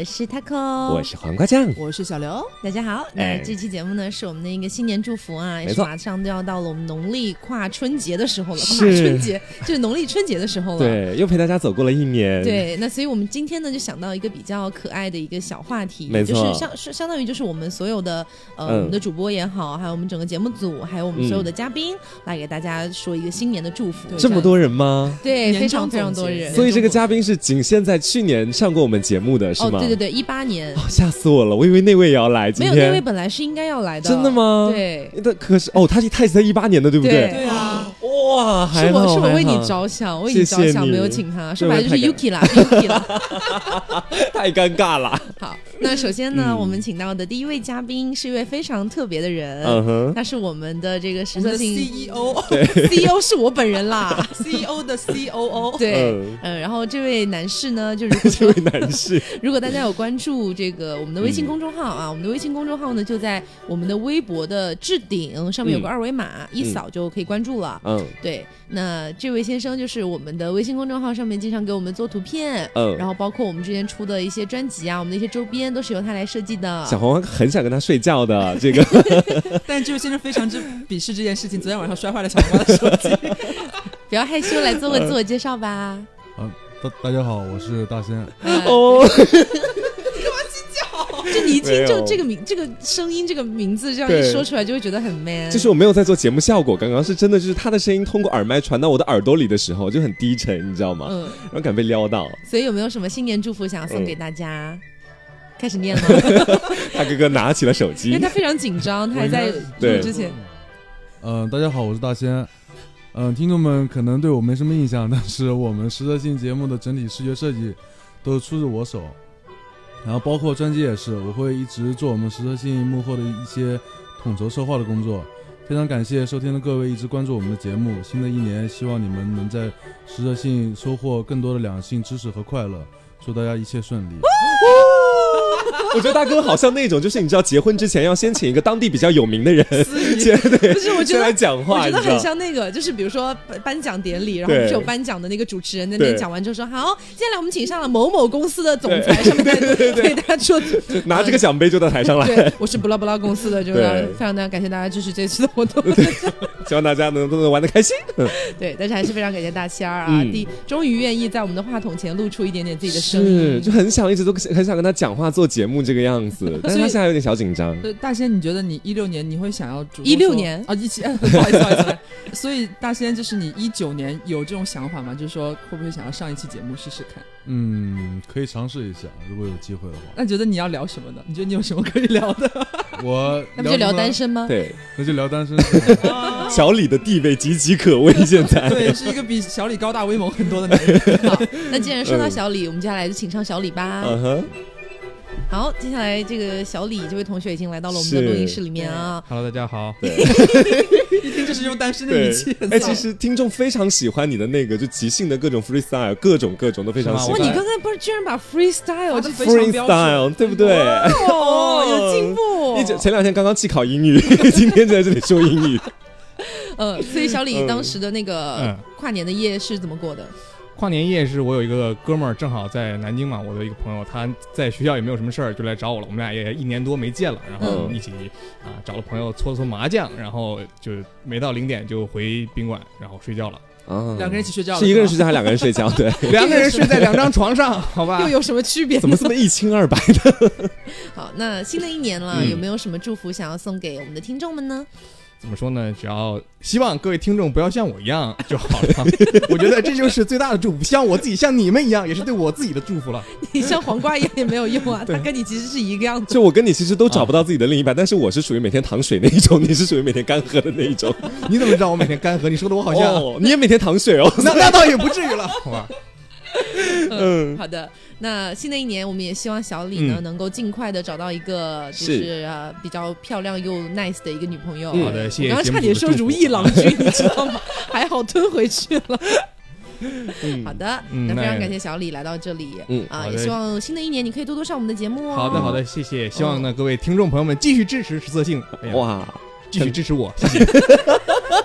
我是 Taco， 我是黄瓜酱， 我是小刘。 大家好，那这期节目呢是我们的一个新年祝福啊，也是马上就要到了我们农历跨春节的时候了，跨春节就是农历春节的时候了， 对，又陪大家走过了一年。 对，那所以我们今天呢就想到一个比较可爱的一个小话题， 没错， 就是相当于就是我们所有的我们的主播也好，还有我们整个节目组，还有我们所有的嘉宾，来给大家说一个新年的祝福。 这么多人吗？ 对，非常非常多人。 所以这个嘉宾是仅限在去年上过我们节目的是吗？ 对对对，18年。 吓死我了，我以为那位也要来。今天没有，那位本来是应该要来的。 真的吗？ 对。 可是他也是在18年的，对不对？ 对啊。 哇， 是我为你着想，为你着想，没有请他。说白了就是 Yuki 啦，Yuki 啦。 太尴尬了。 好，那首先呢，我们请到的第一位嘉宾是一位非常特别的人，他是我们的这个实测性 CEO，CEO 是我本人啦 ，CEO 的 COO。 对，然后这位男士呢，就是这位男士， 如果大家有关注这个我们的微信公众号啊，我们的微信公众号呢就在我们的微博的置顶上面有个2维码，一扫就可以关注了。对，那这位先生就是我们的微信公众号上面经常给我们做图片，然后包括我们之前出的一些专辑啊，我们的一些周边都是由他来设计的。 小黄很想跟他睡觉的这个， 但是这位先生非常之鄙视这件事情，昨天晚上摔坏了小黄的手机。 不要害羞，来做个自我介绍吧。 大家好，我是大仙。 就你一听这个声音这个名字这样一说出来就会觉得很 man。 就是我没有在做节目效果，刚刚是真的，就是他的声音通过耳麦传到我的耳朵里的时候就很低沉，你知道吗？然后敢被撩到。 所以有没有什么新年祝福想要送给大家？开始念了。 大哥哥拿起了手机， 因为他非常紧张，他还在录之前。 大家好，我是大仙。听众们可能对我没什么印象，但是我们实测性节目的整体视觉设计都出自我手。然后包括专辑也是，我会一直做我们实测性幕后的一些统筹策划的工作。非常感谢收听的各位一直关注我们的节目，新的一年希望你们能在实测性收获更多的两性知识和快乐，祝大家一切顺利。 我觉得大哥好像那种，就是你知道，结婚之前要先请一个当地比较有名的人，对， 不是，我觉得来讲话， 我觉得很像那个，就是比如说颁奖典礼，然后不是有颁奖的那个主持人那边讲完之后说，好，接下来我们请上了某某公司的总裁，上面对大家说， 拿这个奖杯就到台上来。 对，我是不拉不拉公司的，就是非常感谢大家支持这次的活动， 希望大家都能玩得开心。 对，但是还是非常感谢大仙儿啊，终于愿意在我们的话筒前露出一点点自己的声音， 就很想一直都很想跟他讲话做节目这个样子，但是他现在有点小紧张。 大仙，你觉得你16年你会想要主动 16年啊不好意思，所以大仙就是你19年有这种想法吗？就是说会不会想要上一期节目试试看？ 可以尝试一下，如果有机会的话。 那觉得你要聊什么呢？你觉得你有什么可以聊的？ 那不就聊单身吗？ 对， 那就聊单身。 小李的地位岌岌可危，现在对，是一个比小李高大威猛很多的男人。 好，那既然说到小李，我们接下来就请上小李吧。好，接下来这个小李这位同学已经来到了我们的录音室里面啊。 Hello， 大家好。 一听就是用单身的语气。 其实听众非常喜欢你的那个就即兴的各种 freestyle， 各种都非常喜欢。 哇，你刚才不是居然把 freestyle 就非常标准， 对不对？ 有进步。 前2天刚刚弃考英语，今天就在这里说英语。 所以小李当时的那个跨年的夜是怎么过的？ 跨年夜是我有一个哥们儿正好在南京嘛，我的一个朋友，他在学校也没有什么事儿，就来找我了。我们俩也1年多没见了，然后一起找了朋友搓麻将，然后就没到0点就回宾馆，然后睡觉了。 2个人一起睡觉了， 是1个人睡觉还是2个人睡觉？对 ，2个人睡在2张床上，好吧？ 又有什么区别？ 怎么这么一清二白的？ 好，那新的一年了，有没有什么祝福想要送给我们的听众们呢？ 怎么说呢？只要希望各位听众不要像我一样就好了。我觉得这就是最大的祝福。希望我自己像你们一样，也是对我自己的祝福了。 你像黄瓜一样也没有用啊，他跟你其实是一个样子。 就我跟你其实都找不到自己的另一半，但是我是属于每天糖水那一种，你是属于每天干喝的那一种。 你怎么知道我每天干喝？你说的我好像你也每天糖水哦。 那倒也不至于了，好吧？ 好的。那新的一年，我们也希望小李呢能够尽快的找到一个就是比较漂亮又 nice 的一个女朋友。 好的，谢谢。 我刚刚差点说如意郎君，你知道吗？还好吞回去了。好的，那非常感谢小李来到这里，也希望新的一年你可以多多上我们的节目哦。 好的，谢谢。希望呢各位听众朋友们继续支持实测性， 哇， 继续支持我，谢谢。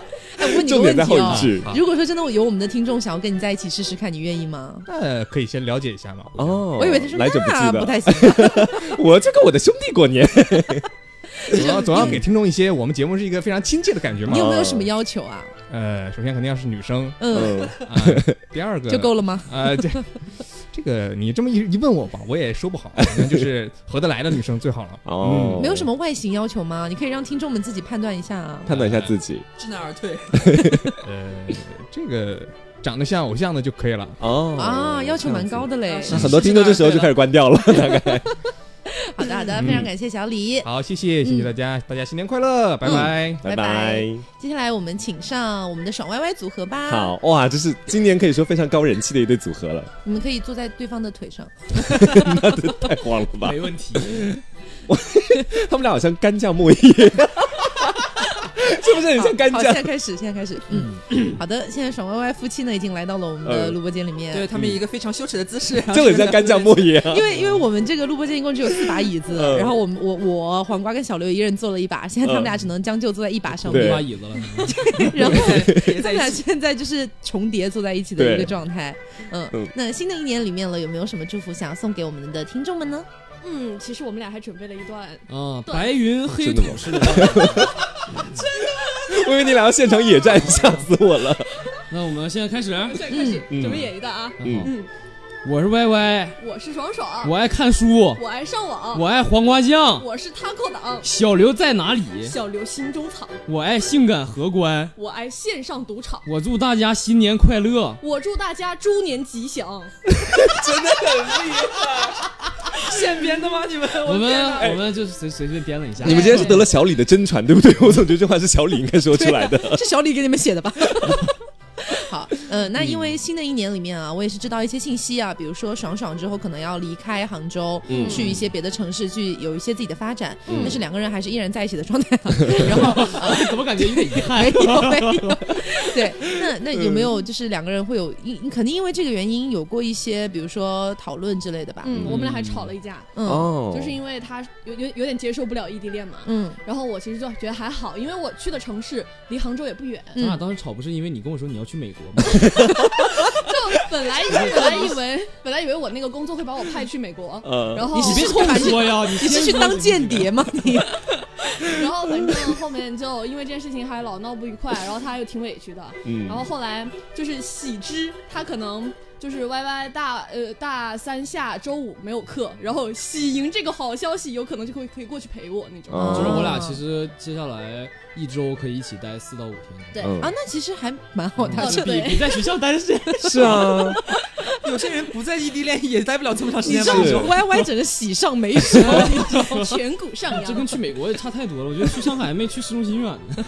想问你个问题如果说真的有我们的听众想要跟你在一起试试看，你愿意吗？ 可以先了解一下嘛。 我以为他说来者不拒的， 不太行。 我就跟我的兄弟过年。 总要给听众一些我们节目是一个非常亲切的感觉嘛。 你有没有什么要求啊？ 首先肯定要是女生，第二个就够了吗？ 这个你这么一问我吧，我也说不好，反正就是合得来的女生最好了。 没有什么外形要求吗？你可以让听众们自己判断一下啊， 判断一下自己， 知难而退。 这个长得像偶像的就可以了。 要求蛮高的嘞。 很多听众这时候就开始关掉了，大概。 好的，非常感谢小李。 好，谢谢大家，大家新年快乐，拜拜， 拜拜。 接下来我们请上我们的爽歪歪组合吧。 好哇，这是今年可以说非常高人气的一对组合了。 你们可以坐在对方的腿上。 那太慌了吧？ 没问题。 他们俩好像干将莫邪。是不是很像干将？ 现在开始。好的，现在爽歪歪夫妻呢已经来到了我们的录播间里面， 对他们以一个非常羞耻的姿势， 就很像干将莫邪。 因为我们这个录播间一共只有4把椅子，然后我黄瓜跟小刘一人坐了1把，现在他们俩只能将就坐在1把上面， 1把椅子了。 然后他们俩现在就是重叠坐在一起的一个状态。那新的一年里面了，有没有什么祝福想要送给我们的听众们呢？ 其实我们俩还准备了一段白云黑土似的。 真的， 我以为你俩要现场野战，吓死我了。 那我们现在开始， 准备演一段啊。 我是歪歪， 我是爽爽， 我爱看书， 我爱上网， 我爱黄瓜酱， 我是taco党， 小刘在哪里？ 小刘心中藏， 我爱性感荷官， 我爱线上赌场， 我祝大家新年快乐， 我祝大家猪年吉祥。 真的很厉害。 现编的吗？你们？我们就是随便编了一下。 你们今天是得了小李的真传，对不对？我总觉得这话是小李应该说出来的。 是小李给你们写的吧？好，那因为新的一年里面啊，我也是知道一些信息啊，比如说爽爽之后可能要离开杭州，去一些别的城市去有一些自己的发展，但是2个人还是依然在一起的状态。然后怎么感觉有点遗憾？ 没有。对，那有没有就是2个人会有肯定因为这个原因有过一些比如说讨论之类的吧？ 我们俩还吵了一架。就是因为他有点接受不了异地恋嘛。然后我其实就觉得还好，因为我去的城市离杭州也不远。 咱俩当时吵不是因为你跟我说你要去美国吗？ 就本来以为我那个工作会把我派去美国，然后你别这么说呀， 你是去当间谍吗你？ 然后反正后面就因为这件事情还老闹不愉快，然后他又挺委屈的。然后后来就是喜之他可能就是歪歪大3下周5没有课，然后喜迎这个好消息，有可能就可以过去陪我那种。 就是我俩其实接下来1周可以一起待4到5天。 对那其实还蛮好的， 比在学校待的时间。 是啊， 有些人不在异地恋也待不了这么长时间。 你知道歪歪整个喜上眉梢， 颧骨上扬。 这跟去美国也差太多了，我觉得去上海没去市中心远呢。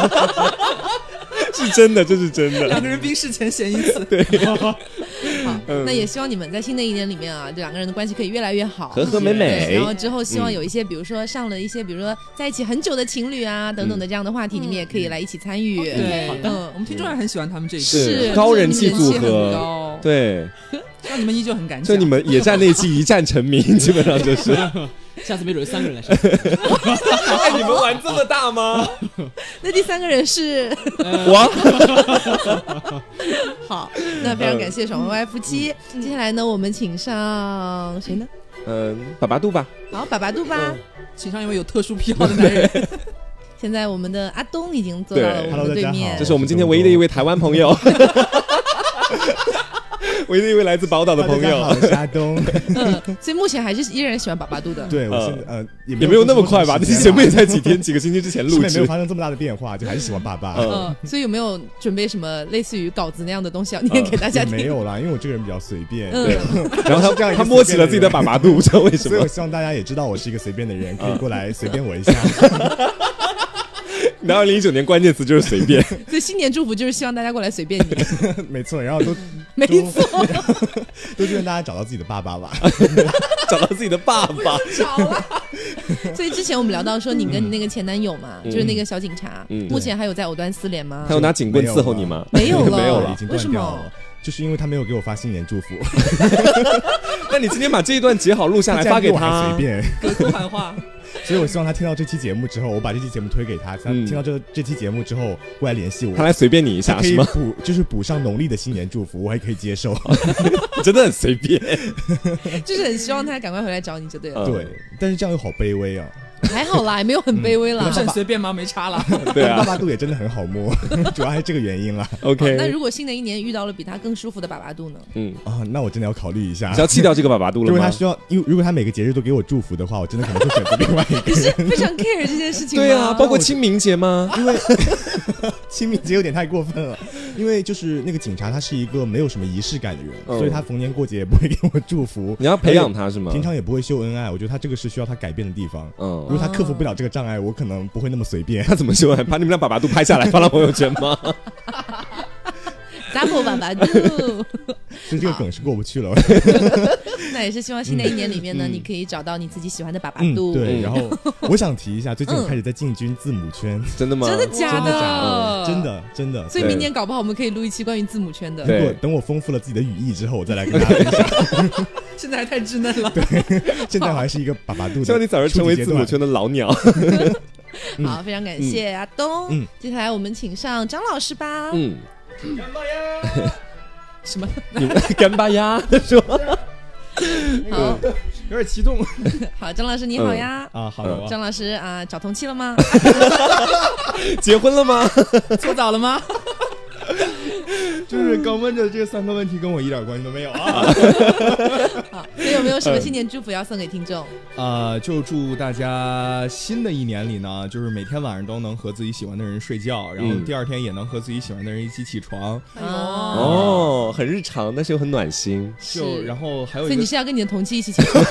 是真的，这是真的。 2个人冰释前嫌一次。 对。 好，那也希望你们在新的一年里面啊，这2个人的关系可以越来越好， 和和美美。 然后之后希望有一些，比如说上了一些，比如说在一起很久的情侣啊等等的这样的话题，你们也可以来一起参与。 对，我们听众还很喜欢他们这一期，是高人气组合。对， 希望你们依旧很敢讲。 就你们野战那期一战成名，基本上就是。 下次没准3个人来上。 哎，你们玩这么大吗？ 那第3个人是我。 好，那非常感谢爽歪歪夫妻。接下来呢，我们请上谁呢？ 粑粑肚吧。 好，粑粑肚吧。 请上一位有特殊癖好的男人。 现在我们的阿东已经坐到了我们的对面， 这是我们今天唯一的一位台湾朋友。唯一的一位来自宝岛的朋友， 我是阿东。 所以目前还是依然喜欢粑粑肚的。 对，我现在也没有那么快吧？这期节目也才几个星期之前录制， 没有发生这么大的变化，就还是喜欢爸爸。 所以有没有准备什么类似于稿子那样的东西要念给大家听？ 没有啦，因为我这个人比较随便。 对，然后他摸起了自己的粑粑肚，不知道为什么。 所以我希望大家也知道我是一个随便的人，可以过来随便我一下。 然后2019年关键词就是随便， 所以新年祝福就是希望大家过来随便你。 没错，然后没错， 都祝愿大家找到自己的爸爸吧， 找到自己的爸爸， 找了。所以之前我们聊到说你跟你那个前男友嘛，就是那个小警察，目前还有在藕断丝连吗？ 他有拿警棍伺候你吗？ 没有了， 没有了， 已经断掉了。就是因为他没有给我发新年祝福。 那你今天把这一段截好录下来发给他， 随便隔空喊话。 所以我希望他听到这期节目之后，我把这期节目推给他，他听到这期节目之后过来联系我， 他来随便你一下是吗？ 就是补上农历的新年祝福，我还可以接受。 真的很随便， 就是很希望他赶快回来找你就对了。 对，但是这样又好卑微啊。 还好啦，也没有很卑微啦， 很随便吗？没差啦。 对啊， 爸爸度也真的很好摸，主要还是这个原因啦。 OK， 那如果新的一年遇到了比他更舒服的爸爸度呢？ 那我真的要考虑一下。 你要弃掉这个爸爸度了吗？ 如果他每个节日都给我祝福的话，我真的可能会选择另外一个。 你是非常 care 这件事情吗？ 对啊，包括清明节吗？ 因为清明节有点太过分了。因为就是那个警察，他是一个没有什么仪式感的人，所以他逢年过节也不会给我祝福。 你要培养他是吗？ 平常也不会秀恩爱，我觉得他这个是需要他改变的地方。如果他克服不了这个障碍，我可能不会那么随便。 他怎么秀恩？把你们俩爸爸度拍下来发到朋友圈吗？ 打破爸爸度， 所以这个梗是过不去了。 那也是希望新的一年里面呢，你可以找到你自己喜欢的爸爸度。 对，然后我想提一下，最近我开始在进军字母圈。 真的吗？ 真的假的？ 真的。 所以明年搞不好我们可以录一期关于字母圈的。 等我丰富了自己的语义之后，我再来跟大家分享。 现在还太稚嫩了。 对，现在我还是一个爸爸度的。 希望你早日成为字母圈的老鸟。 好，非常感谢阿东。接下来我们请上张老师吧。 干巴呀！什么？ 你们干巴呀？说。 好， 有点激动。 好，张老师你好呀。 好的。 张老师啊，找同期了吗？ 结婚了吗？ 搓澡了吗？ 就是刚问的这3个问题跟我一点关系都没有啊。 好，所以有没有什么新年祝福要送给听众？ 就祝大家新的一年里呢，就是每天晚上都能和自己喜欢的人睡觉，然后第二天也能和自己喜欢的人一起起床。 很日常，但是又很暖心。 然后还有， 所以你是要跟你的同期一起起床？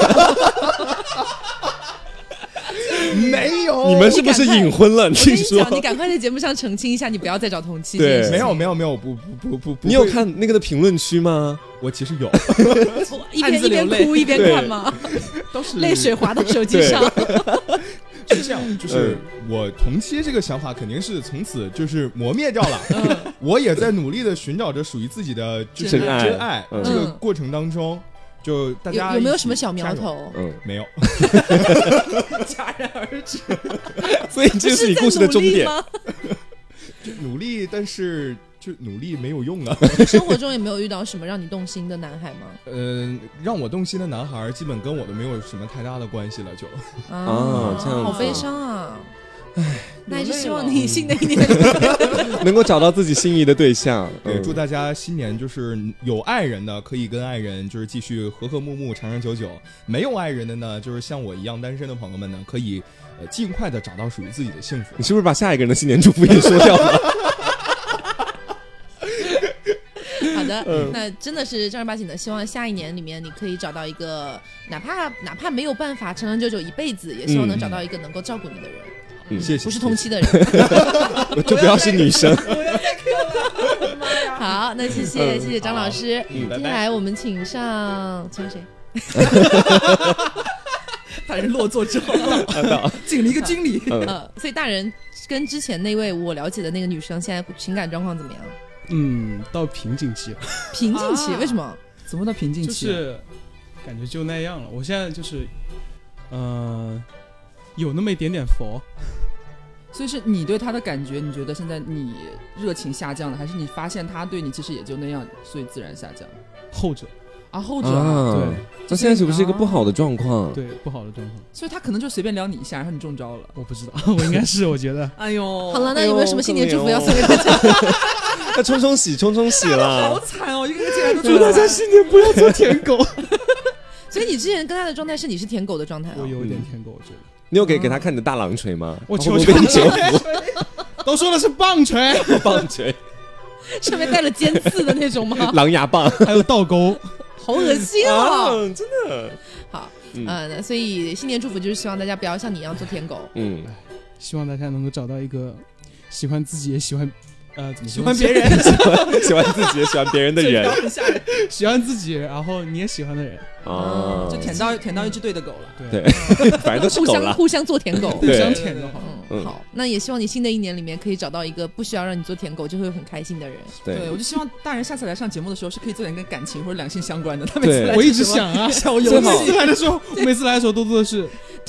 没有， 你们是不是隐婚了？ 你说，你赶快在节目上澄清一下，你不要再找同期。 对， 没有，不， 你有看那个的评论区吗？ 我其实有， 一边哭一边看吗？ 都是泪水滑到手机上。 是这样，就是我同期这个想法肯定是从此就是磨灭掉了。我也在努力的寻找着属于自己的真爱。这个过程当中。就大家有没有什么小苗头？ 没有， 戛然而止。 所以这是你故事的终点。 就努力，但是就努力没有用啊。 生活中也没有遇到什么让你动心的男孩吗？ 让我动心的男孩，基本跟我都没有什么太大的关系了，就。 这样好悲伤啊。那还是希望你新的一年能够找到自己心仪的对象。 对，祝大家新年就是有爱人的可以跟爱人就是继续和和睦睦长长久久，没有爱人的呢，就是像我一样单身的朋友们呢，可以尽快的找到属于自己的幸福。 你是不是把下一个人的新年祝福也说掉了？ 好的，那真的是正儿八经的，希望下一年里面你可以找到一个哪怕没有办法长长久久一辈子，也希望能找到一个能够照顾你的人。 谢谢， 不是同期的人， 就不要是女生。 我要再 Q 了，妈呀！ 好，那谢谢张老师。接下来我们请上谁？ 大人落座之后，敬了一个经理。 所以大人跟之前那位我了解的那个女生，现在情感状况怎么样？ 到瓶颈期了。 瓶颈期？为什么？ 怎么到瓶颈期？ 就是感觉就那样了。我现在就是，有那么一点点佛。 所以是你对他的感觉，你觉得现在你热情下降了，还是你发现他对你其实也就那样，所以自然下降？ 后者。 后者对， 那现在是不是一个不好的状况？ 对，不好的状况。 所以他可能就随便撩你一下，然后你中招了。 我不知道，我应该是，我觉得。 哎呦， 好了，那有没有什么新年祝福要送给大家？ 要冲喜啦！ 好惨哦，一个个进来都祝大家新年不要做舔狗。 所以你之前跟他的状态是你是舔狗的状态？ 我有一点舔狗，我觉得。 你有给他看你的大狼锤吗？ 我求被你折服。 都说的是棒锤， 棒锤， 上面带了尖刺的那种吗？ 狼牙棒， 还有倒钩， 好恶心哦！ 真的。 好，所以新年祝福就是希望大家不要像你一样做舔狗。 希望大家能够找到一个喜欢自己也喜欢。 喜欢别人， 喜欢自己也喜欢别人的人， 喜欢自己，然后你也喜欢的人， 就舔到一只对的狗了。 对，反正都是狗了， 互相做舔狗， 互相舔就好。 好，那也希望你新的一年里面可以找到一个不需要让你做舔狗就会很开心的人。 对，我就希望大人下次来上节目的时候是可以做点跟感情或者两性相关的。他每次来我一直想啊， 小游戏。 每次来的时候都做的是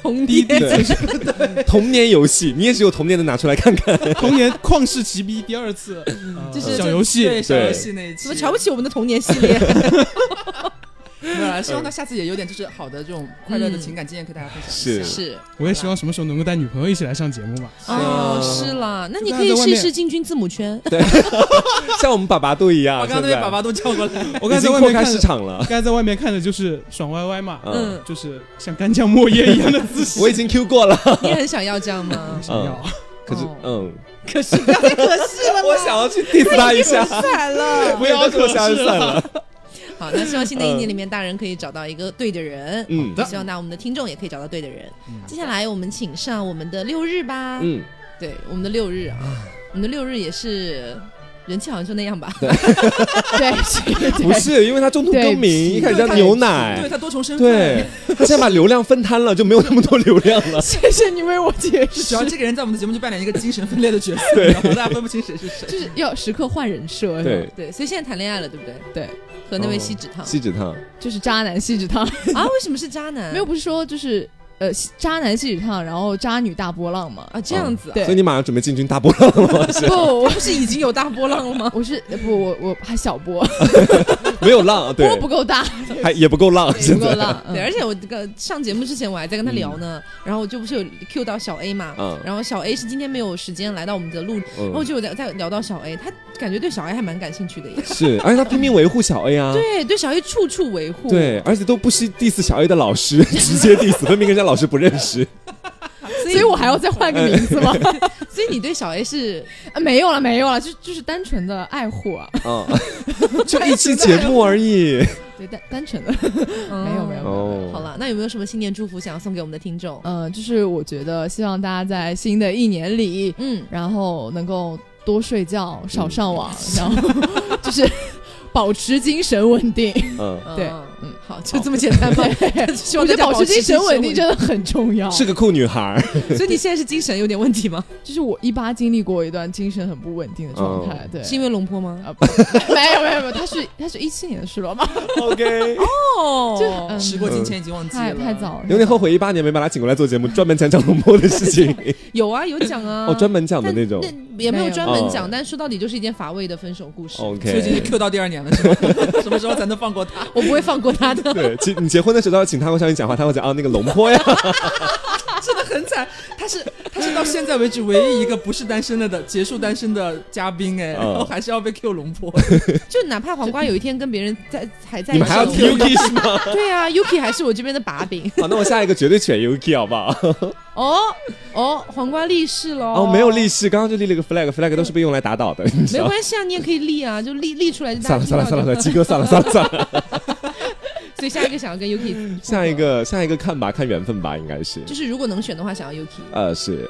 童年， 童年游戏，你也只有童年的拿出来看看。 童年旷世奇逼第2次， 就是小游戏， 对小游戏那一期， 怎么瞧不起我们的童年系列？ 没有啦，希望他下次也有点就是好的这种快乐的情感经验，跟大家分享一下。 是， 我也希望什么时候能够带女朋友一起来上节目嘛。 哦，是啦，那你可以试一试进军字母圈， 对，像我们爸爸都一样。 我刚刚被爸爸都叫过来， 我刚才在外面看市场了。 刚才在外面看的就是爽歪歪嘛，就是像干将莫邪一样的姿势。 我已经 Q 过了。 你很想要这样吗？ 想要。 可是， 可是不要再可是了， 我想要去 diss 他一下。 惨了， 不要可算了。 好，那希望新的一年里面大人可以找到一个对的人，希望我们的听众也可以找到对的人。接下来我们请上我们的6日吧，对，我们的6日啊，我们的6日也是人气好像就那样吧， 对， 不是因为他中途更名，一开始叫牛奶， 对他多重身份， 对，他现在把流量分摊了，就没有那么多流量了。 谢谢你为我解释， 主要这个人在我们的节目就扮演一个精神分裂的角色，然后大家分不清谁是谁， 就是要时刻换人设， 对，所以现在谈恋爱了，对不对？ 对。 和那位锡纸烫， 锡纸烫就是渣男锡纸烫啊？为什么是渣男？ 没有，不是说就是渣男锡纸烫，然后渣女大波浪嘛？ 啊，这样子， 对。 所以你马上准备进军大波浪了吗？ 不，我不是已经有大波浪了吗？ 我还小波， 没有浪，对， 波不够大， 还也不够浪， 也不够浪。 对，而且我这个上节目之前我还在跟他聊呢，然后就不是有 Q 到小 A 嘛，然后小 A 是今天没有时间来到我们的录，然后就有在聊到小 A， 他感觉对小 A 还蛮感兴趣的耶。是， 而且他拼命维护小 A 啊， 对小 A 处处维护， 对，而且都不惜 diss 小 A 的老师，直接 diss， 分明跟人家老师不认识。 所以我还要再换个名字吗？ 所以你对小 A 是没有了，就是单纯的爱护啊， 就一期节目而已。 对，单纯的，没有。 好了，那有没有什么新年祝福想要送给我们的听众？ 就是我觉得希望大家在新的一年里，然后能够多睡觉，少上网，然后就是保持精神稳定。对。 好，就这么简单吗？ 我觉得保持精神稳定真的很重要。 是个酷女孩， 所以你现在是精神有点问题吗？ 就是我18经历过一段精神很不稳定的状态，对， 是因为龙坡吗？ 没有，他是17年的事了吗 ？OK， 就时过境迁已经忘记了， 太早了， 有点后悔18年没把他请过来做节目，专门讲龙坡的事情。 有啊，有讲啊， 专门讲的那种， 也没有专门讲，但说到底就是一件乏味的分手故事。 OK， 所以已经 Q 到第2年了，是吗？什么时候才能放过他？ 我不会放过他的。 对，你结婚的时候都要请他过上去讲话，他会讲那个龙坡呀， 真的很惨。他是到现在为止唯一一个不是单身的结束单身的嘉宾然后还是要被 Q 龙坡。 就哪怕黄瓜有一天跟别人还在， 你们还要 Yuki 是吗？ 对啊 ，Yuki 还是我这边的把柄。 好，那我下一个绝对选 Yuki 好不好？ 黄瓜立誓喽！ 没有立誓，刚刚就立了个 flag 都是被用来打倒的。 没关系啊，你也可以立啊，就立出来就。 算了，鸡哥算了。 所以下一个想要跟 Yuki， 下一个看吧，看缘分吧，应该是。 就是如果能选的话，想要 Yuki。 是。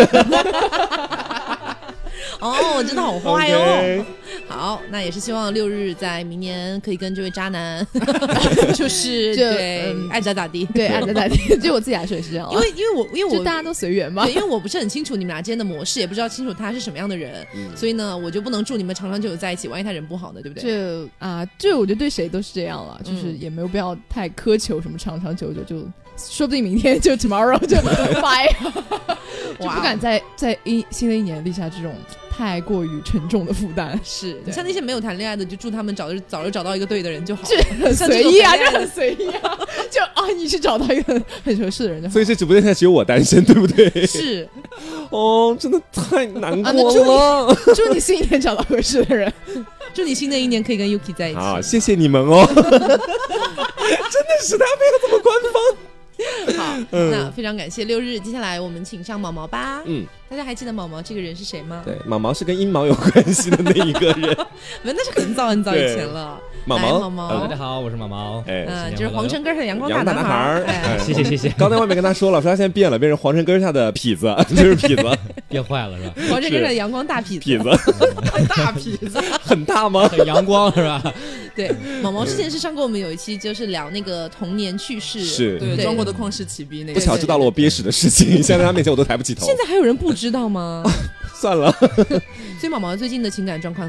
真的好坏哦。好，那也是希望6日在明年可以跟这位渣男，就是对爱咋咋地， 对爱咋咋地。就我自己来说也是这样， 因为我就大家都随缘嘛。 因为我不是很清楚你们俩之间的模式，也不知道清楚他是什么样的人，所以呢，我就不能祝你们长长久久在一起，万一他人不好呢，对不对？ 这我觉得对谁都是这样了，就是也没有必要太苛求什么长长久久，就说不定明天就 tomorrow 就拜，就不敢在新的一年立下这种太过于沉重的负担。 是像那些没有谈恋爱的，就祝他们早日找到一个对的人就好， 这很随意啊，这很随意啊，就你去找到一个很合适的人就好。 所以这直播间现在只有我单身，对不对？ 是， 真的太难过了。 祝你新一年找到合适的人， 祝你新的一年可以跟 Yuki 在一起。 好，谢谢你们哦。真的是他没有这么官方。 好，那非常感谢6日。接下来我们请上毛毛吧。大家还记得毛毛这个人是谁吗？ 对，毛毛是跟阴毛有关系的那一个人。 那是很早很早以前了。毛毛， 大家好，我是毛毛。 就是黄城根下的阳光大男孩。 谢谢。 刚才外面跟他说了，说他现在变了，变成黄城根下的痞子，就是痞子， 变坏了是吧？ 黄城根下的阳光大痞子， 大痞子很大吗？ 很阳光是吧？ 对，毛毛之前是上过我们有一期，就是聊那个童年趣事， 是对中国的旷世奇逼那个。 不巧知道了我憋屎的事情，现在在他面前我都抬不起头。 现在还有人不知道吗？ 算了。 所以毛毛最近的情感状况怎么样？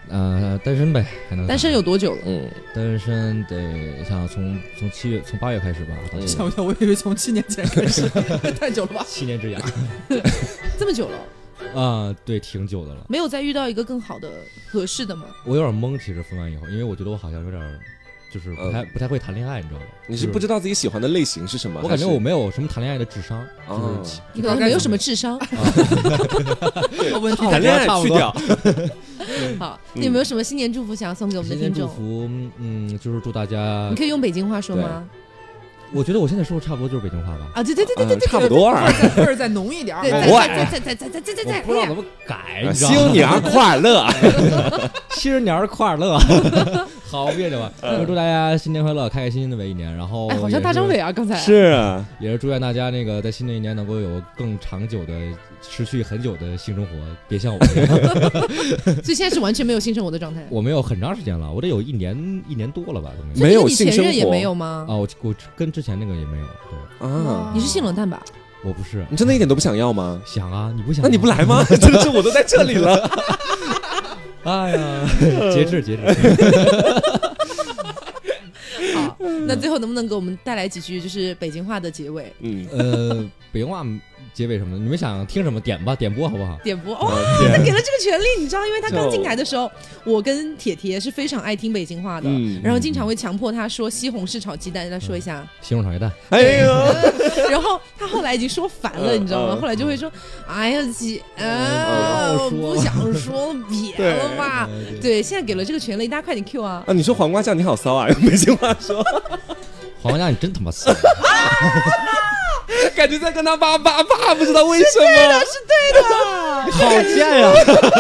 单身呗，还能单身有多久了？ 单身得像从8月开始吧。 想不想？我以为从7年前开始，太久了吧 ？7年之痒， 这么久了。 对，挺久的了。 没有再遇到一个更好的合适的吗？ 我有点懵，其实分完以后，因为我觉得我好像有点就是不太会谈恋爱，你知道吗？ 你是不知道自己喜欢的类型是什么？ 我感觉我没有什么谈恋爱的智商，就是你可能没有什么智商。 问题谈恋爱去掉。 好，你有没有什么新年祝福想要送给我们的听众？ 新年祝福，就是祝大家。 你可以用北京话说吗？ 我觉得我现在说的差不多就是北京话吧。 对， 差不多啊， 味儿再浓一点。 对， 我不知道怎么改。 新年快乐， 新年快乐，好别扭啊！祝大家新年快乐，开开心心的为一年。然后， 好像大张伟啊，刚才是啊， 也是祝愿大家那个在新的一年能够有更长久的、持续很久的性生活，别像我这样。 所以现在是完全没有性生活的状态。 我没有很长时间了，我得有一年多了吧，都没有性生活。 你前任也没有吗？ 我跟之前那个也没有。对啊， 你是性冷淡吧？ 我不是。 你真的一点都不想要吗？ 想啊，你不想？ 那你不来吗？真的是我都在这里了。 哎呀，节制。 好，那最后能不能给我们带来几句就是北京话的结尾？ 北京话结尾什么的，你们想听什么点播好不好？ 点播哇，他给了这个权利，你知道，因为他刚进台的时候，我跟铁铁是非常爱听北京话的，然后经常会强迫他说西红柿炒鸡蛋，再说一下西红柿炒鸡蛋。 哎呦， 然后他后来已经说烦了，你知道吗？后来就会说，哎呀姐，我不想说了，别了吧。对，现在给了这个权利，大家快点 Q 啊！ 你说黄瓜酱你好骚啊，用北京话说。 黄瓜酱你真他妈骚。 感觉在跟他叭，不知道为什么。 是对的， 好贱呀！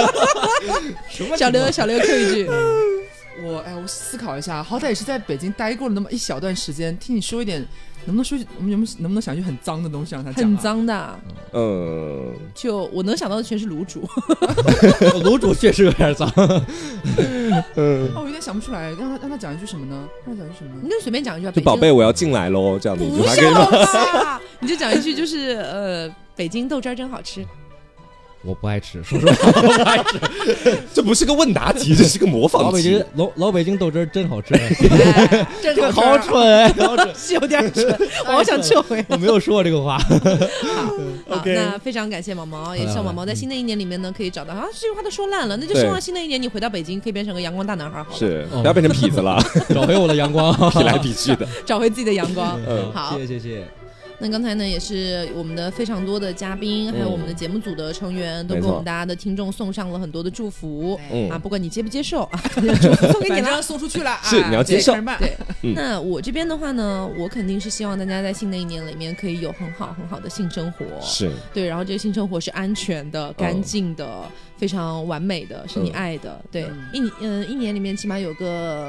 小刘 Q 一句。 我思考一下，好歹也是在北京待过了那么一小段时间，听你说一点，能不能想一句很脏的东西让他讲？ 很脏的。就我能想到的全是卤煮。 卤煮确实有点脏。 我有点想不出来，让他讲一句什么呢？ 你就随便讲一句吧。 就宝贝，我要进来喽，这样的一句话可以吗？你就讲一句，就是北京豆汁真好吃。 我不爱吃，说实话，我不爱吃。 这不是个问答题，这是个模仿题。 老北京豆汁真好吃， 这个好蠢， 是有点蠢，我好想撤回。 我没有说过这个话。 好，那非常感谢毛毛，也希望毛毛在新的一年里面呢，可以找到这句话都说烂了，那就希望新的一年你回到北京可以变成个阳光大男孩，好了。 是，不要变成痞子了， 找回我的阳光， 痞来痞去的， 找回自己的阳光。好， 谢谢。 那刚才呢，也是我们的非常多的嘉宾，还有我们的节目组的成员，都给我们大家的听众送上了很多的祝福不管你接不接受啊，祝福送给你了， 送出去了， 是你要接受。 对，那我这边的话呢，我肯定是希望大家在新的一年里面可以有很好的性生活， 是对， 然后这个性生活是安全的、干净的、非常完美的，是你爱的，对，一年里面起码有个。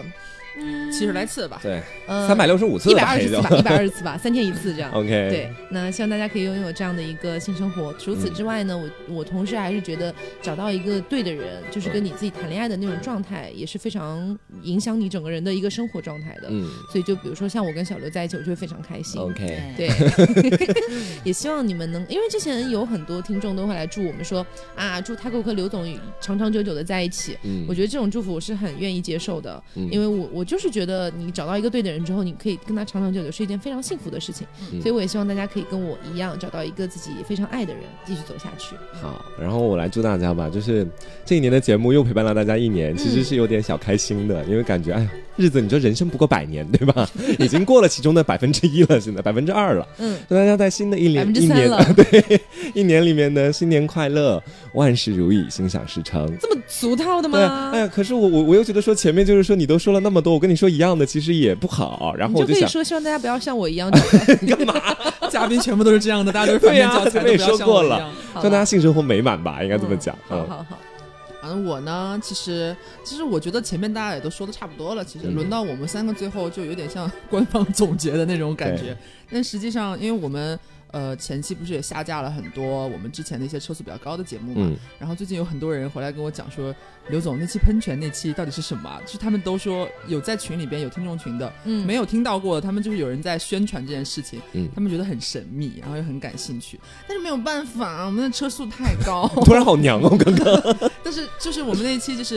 70来次吧， 对，365次 ，120次吧，3天1次这样。 OK， 对，那希望大家可以拥有这样的一个性生活。除此之外呢，我同时还是觉得找到一个对的人，就是跟你自己谈恋爱的那种状态，也是非常影响你整个人的一个生活状态的。所以就比如说像我跟小刘在一起，我就会非常开心。 OK， 对，也希望你们能，因为之前有很多听众都会来祝我们说祝他和刘总长长久久的在一起。我觉得这种祝福我是很愿意接受的，因为我就是觉得你找到一个对的人之后，你可以跟他长长久久是一件非常幸福的事情，所以我也希望大家可以跟我一样找到一个自己非常爱的人，继续走下去。 好，然后我来祝大家吧，就是这一年的节目又陪伴了大家一年，其实是有点小开心的，因为感觉哎呀，日子你说人生不过100年，对吧？已经过了其中的1%了，现在2%了。祝大家在新的一年对一年里面的新年快乐，万事如意，心想事成。 这么俗套的吗？ 哎呀，可是我又觉得说前面就是说你都说了那么多，我跟你说一样的其实也不好，然后我就想说希望大家不要像我一样你干嘛？ 嘉宾全部都是这样的，大家都是反面教材，都不要像我一样。 让大家性生活美满吧，应该这么讲。 好。 我呢，其实我觉得前面大家也都说的差不多了，其实轮到我们3个最后就有点像官方总结的那种感觉。但实际上，因为我们前期不是也下架了很多我们之前的一些收视比较高的节目嘛，然后最近有很多人回来跟我讲说，刘总那期喷泉那期到底是什么？就是他们都说有在群里边有听众群的，没有听到过的，他们就是有人在宣传这件事情，他们觉得很神秘，然后又很感兴趣，但是没有办法，我们的车速太高， 突然好娘哦，刚刚。 但是就是我们那一期就是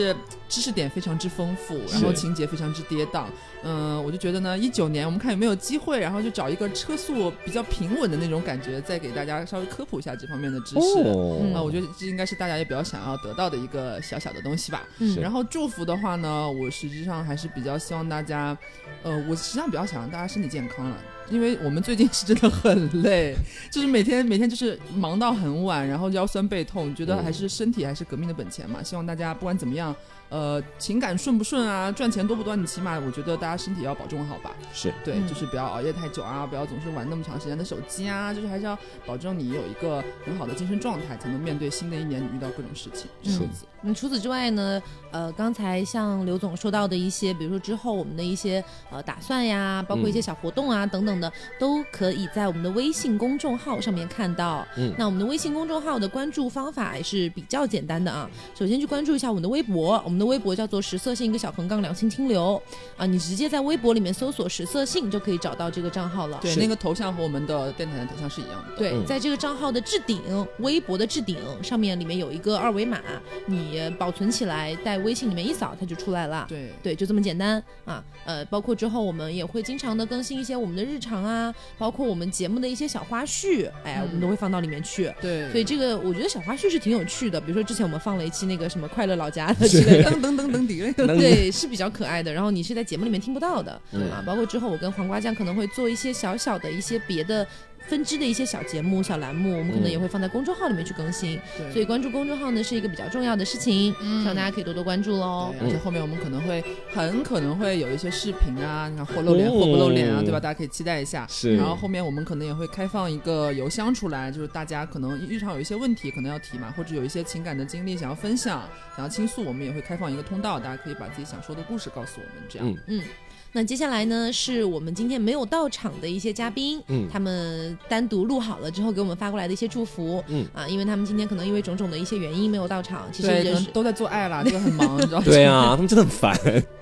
知识点非常之丰富，然后情节非常之跌宕。我就觉得呢，19年我们看有没有机会，然后就找一个车速比较平稳的那种感觉，再给大家稍微科普一下这方面的知识。我觉得这应该是大家也比较想要得到的一个小小的东西吧。然后祝福的话呢，我实际上还是比较希望大家，我实际上比较想让大家身体健康了。因为我们最近是真的很累，就是每天就是忙到很晚，然后腰酸背痛，觉得还是身体还是革命的本钱嘛。希望大家不管怎么样，情感顺不顺啊，赚钱多不多，你起码我觉得大家身体要保重好吧。 是对，就是不要熬夜太久啊，不要总是玩那么长时间的手机啊，就是还是要保证你有一个很好的精神状态，才能面对新的一年你遇到各种事情。是。 除此之外呢，刚才像刘总说到的一些，比如说之后我们的一些打算呀，包括一些小活动啊等等的，都可以在我们的微信公众号上面看到。那我们的微信公众号的关注方法也是比较简单的啊。首先去关注一下我们的微博，我们的微博叫做食色性一个小横杠两性清流啊，你直接在微博里面搜索食色性就可以找到这个账号了。 对，那个头像和我们的电台的头像是一样的。 对，在这个账号的置顶，微博的置顶上面里面有一个二维码，你保存起来，在微信里面一扫它就出来了。对，就这么简单啊。包括之后我们也会经常的更新一些我们的日常啊，包括我们节目的一些小花絮，我们都会放到里面去。 对， 所以这个我觉得小花絮是挺有趣的。比如说之前我们放了一期那个什么快乐老家的之类的， 噔噔噔噔底， 对，是比较可爱的。然后你是在节目里面听不到的啊。包括之后我跟黄瓜酱可能会做一些小小的一些别的分支的一些小节目小栏目，我们可能也会放在公众号里面去更新。所以关注公众号呢是一个比较重要的事情，希望大家可以多多关注咯。 而且后面我们很可能会有一些视频啊，你看或露脸或不露脸啊，对吧？大家可以期待一下。然后后面我们可能也会开放一个邮箱出来，就是大家可能日常有一些问题可能要提嘛，或者有一些情感的经历想要分享想要倾诉，我们也会开放一个通道，大家可以把自己想说的故事告诉我们，这样。 那接下来呢，是我们今天没有到场的一些嘉宾，他们单独录好了之后给我们发过来的一些祝福，因为他们今天可能因为种种的一些原因没有到场，其实对，都在做爱啦，这个很忙，你知道吗？ 对啊，他们真的很烦。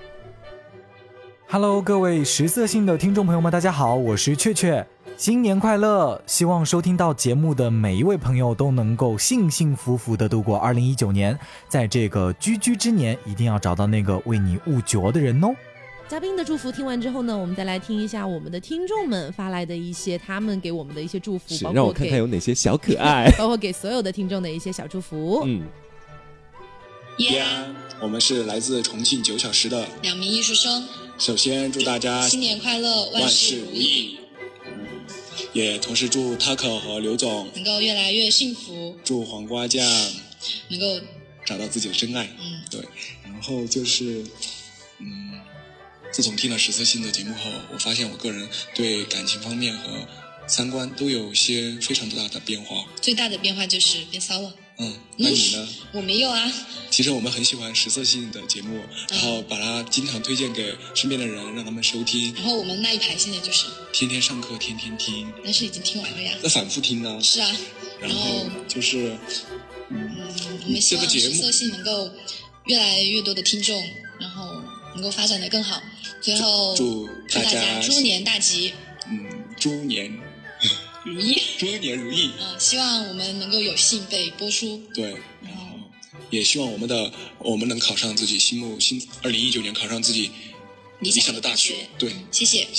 Hello， 各位食色性的听众朋友们，大家好，我是雀雀，新年快乐！希望收听到节目的每一位朋友都能够幸幸福福的度过2019年，在这个居居之年，一定要找到那个为你误脚的人哦。 嘉宾的祝福听完之后呢，我们再来听一下我们的听众们发来的一些他们给我们的一些祝福，包括让我看看有哪些小可爱， 包括给所有的听众的一些小祝福。 我们是来自重庆9小时的 2名艺术生。 首先祝大家新年快乐，万事如意。 也同时祝 Taco 和刘总能够越来越幸福， 祝黄瓜酱能够找到自己的真爱。对，然后就是自从听了食色性的节目后，我发现我个人对感情方面和三观都有些非常大的变化。 最大的变化就是变骚了。 那你呢？ 我没有啊。 其实我们很喜欢食色性的节目，然后把它经常推荐给身边的人，让他们收听。 然后我们那一排现在就是天天上课，天天听。 但是已经听完了呀。 那反复听呢？ 是啊。 然后就是我们希望食色性能够越来越多的听众，然后能够发展得更好。最后祝大家猪年大吉。 猪年如意， 猪年如意。 希望我们能够有幸被播出。 对，然后也希望我们能考上自己2019年考上自己理想的大学。对， 谢谢。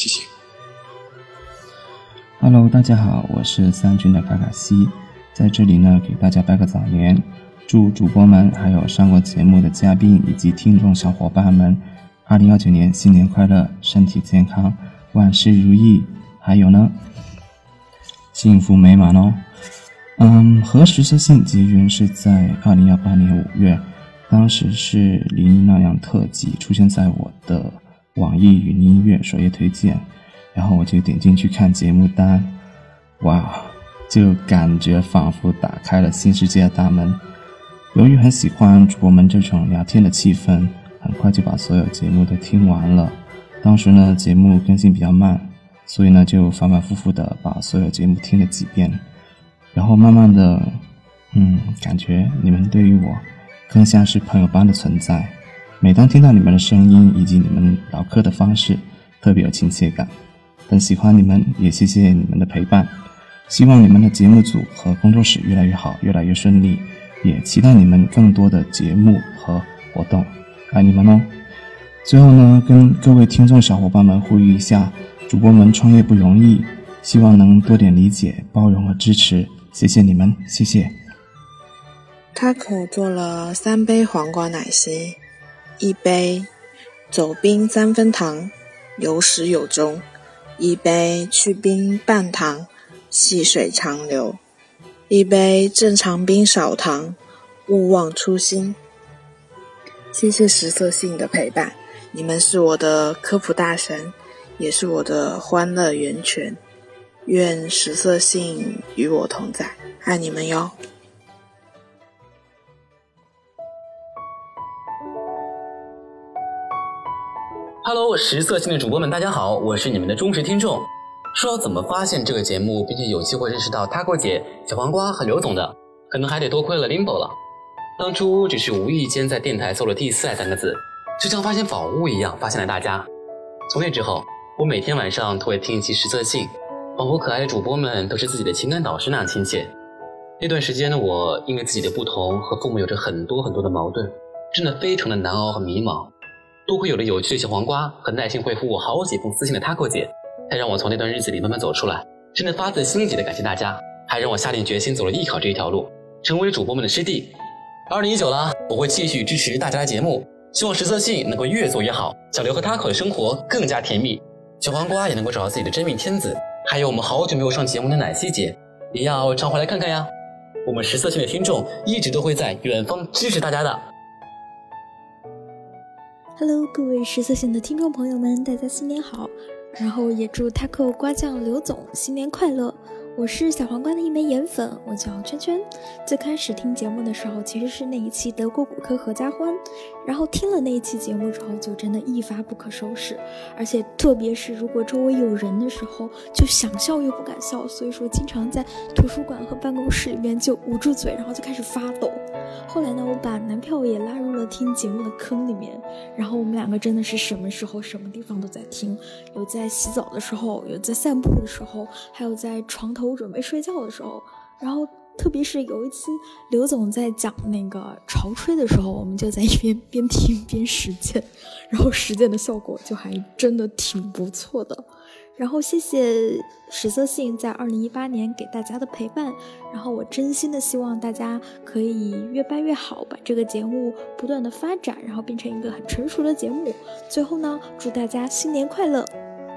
Hello， 大家好，我是三军的卡卡西，在这里呢给大家拜个早年，祝主播们还有上过节目的嘉宾以及听众小伙伴们2019年新年快乐，身体健康，万事如意，还有呢幸福美满哦。和食色性结缘是在2018年5月，当时是林那样特辑出现在我的网易云音乐首页推荐，然后我就点进去看节目单，哇，就感觉仿佛打开了新世界的大门。由于很喜欢主播们这种聊天的气氛，很快就把所有节目都听完了。当时呢节目更新比较慢，所以呢就反反复复的把所有节目听了几遍，然后慢慢的感觉你们对于我更像是朋友般的存在。每当听到你们的声音以及你们唠嗑的方式，特别有亲切感。很喜欢你们，也谢谢你们的陪伴。希望你们的节目组和工作室越来越好，越来越顺利，也期待你们更多的节目和活动。 爱你们哦。最后呢，跟各位听众小伙伴们呼吁一下，主播们创业不容易，希望能多点理解、包容和支持，谢谢你们，谢谢。 Taco 做了3杯黄瓜奶昔，1杯走冰3分糖，有始有终，1杯去冰半糖，细水长流，1杯正常冰少糖，勿忘初心。谢谢食色性的陪伴，你们是我的科普大神，也是我的欢乐源泉。愿食色性与我同在，爱你们哟。 Hello， 食色性的主播们，大家好，我是你们的忠实听众。说怎么发现这个节目，并且有机会认识到 Taco 姐、小黄瓜和刘总的，可能还得多亏了 Limbo 了。当初只是无意间在电台搜了第4爱3个字，就像发现宝物一样发现了大家。从那之后，我每天晚上都会听一期食色性，仿佛可爱的主播们都是自己的情感导师那样亲切。那段时间的我，因为自己的不同和父母有着很多的矛盾，真的非常的难熬和迷茫。多亏有了有趣的小黄瓜和耐心回复我好几封私信的 Taco 姐，才让我从那段日子里慢慢走出来。真的发自心底的感谢大家，还让我下定决心走了艺考这一条路，成为主播们的师弟。2019了，我会继续支持大家的节目，希望食色性能够越做越好，小刘和 Taco 的生活更加甜蜜，小黄瓜也能够找到自己的真命天子，还有我们好久没有上节目的奶昔姐也要常回来看看呀。我们食色性的听众一直都会在远方支持大家的。 Hello， 各位食色性的听众朋友们，大家新年好！然后也祝 Taco 瓜酱刘总新年快乐。我是小黄瓜的一枚颜粉，我叫圈圈。最开始听节目的时候，其实是那一期德国骨科合家欢，然后听了那一期节目之后，就真的一发不可收拾，而且特别是如果周围有人的时候，就想笑又不敢笑，所以说经常在图书馆和办公室里面就捂住嘴，然后就开始发抖。后来呢，我把男票也拉入了听节目的坑里面，然后我们两个真的是什么时候什么地方都在听，有在洗澡的时候，有在散步的时候，还有在床头准备睡觉的时候。然后特别是有一期刘总在讲那个潮吹的时候，我们就在一边边听边实践，然后实践的效果就还真的挺不错的。然后谢谢食色性在2018年给大家的陪伴，然后我真心的希望大家可以越办越好，把这个节目不断的发展，然后变成一个很成熟的节目。最后呢，祝大家新年快乐。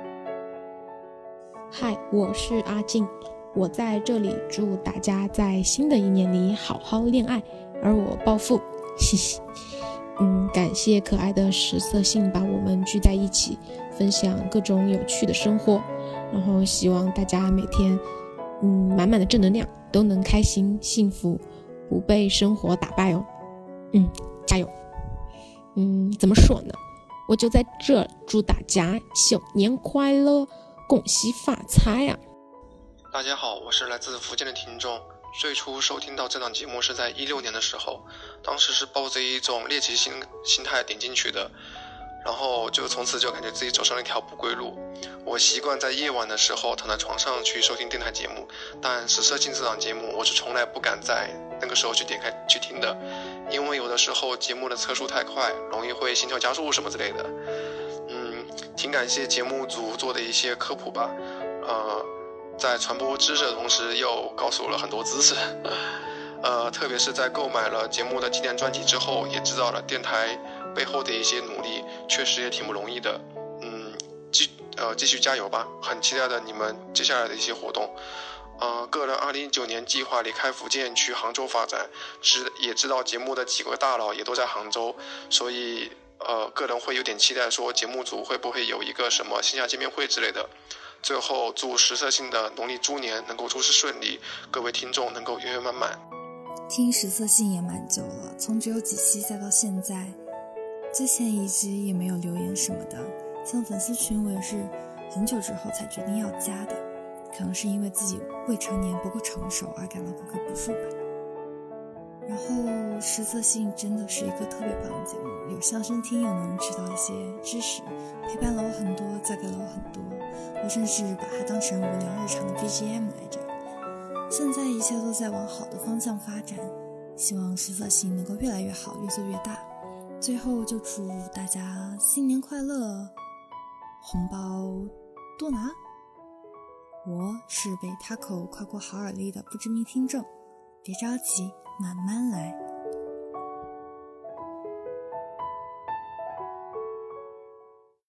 嗨，我是阿静，我在这里祝大家在新的一年里好好恋爱，而我暴富，嘻嘻。感谢可爱的食色性把我们聚在一起，分享各种有趣的生活，然后希望大家每天满满的正能量，都能开心幸福，不被生活打败哦。加油。怎么说呢，我就在这祝大家新年快乐，恭喜发财呀！ 大家好，我是来自福建的听众。最初收听到这档节目是在16年的时候，当时是抱着一种猎奇心态点进去的，然后就从此就感觉自己走上了一条不归路。我习惯在夜晚的时候躺在床上去收听电台节目，但食色性这档节目我是从来不敢在那个时候去点开去听的，因为有的时候节目的车速太快，容易会心跳加速什么之类的。挺感谢节目组做的一些科普吧，在传播知识的同时又告诉我了很多知识，特别是在购买了节目的纪念专辑之后，也知道了电台背后的一些努力，确实也挺不容易的。继续加油吧，很期待的你们接下来的一些活动。个人2019年计划离开福建去杭州发展，也知道节目的几个大佬也都在杭州，所以个人会有点期待说节目组会不会有一个什么线下见面会之类的。最后祝食色性的农历猪年能够诸事顺利，各位听众能够圆圆满满。 听食色性也蛮久了，从只有几期再到现在，之前一集也没有留言什么的，像粉丝群我也是很久之后才决定要加的，可能是因为自己未成年不够成熟而感到格格不入吧。然后食色性真的是一个特别棒的节目，有相声听又能知道一些知识，陪伴了我很多，再给了我很多，我甚至把它当成无聊日常的 BGM 来着。现在一切都在往好的方向发展，希望食色性能够越来越好，越做越大。 最后就祝大家新年快乐，红包多拿。我是被 Taco 快过好耳力的不知名听众，别着急，慢慢来。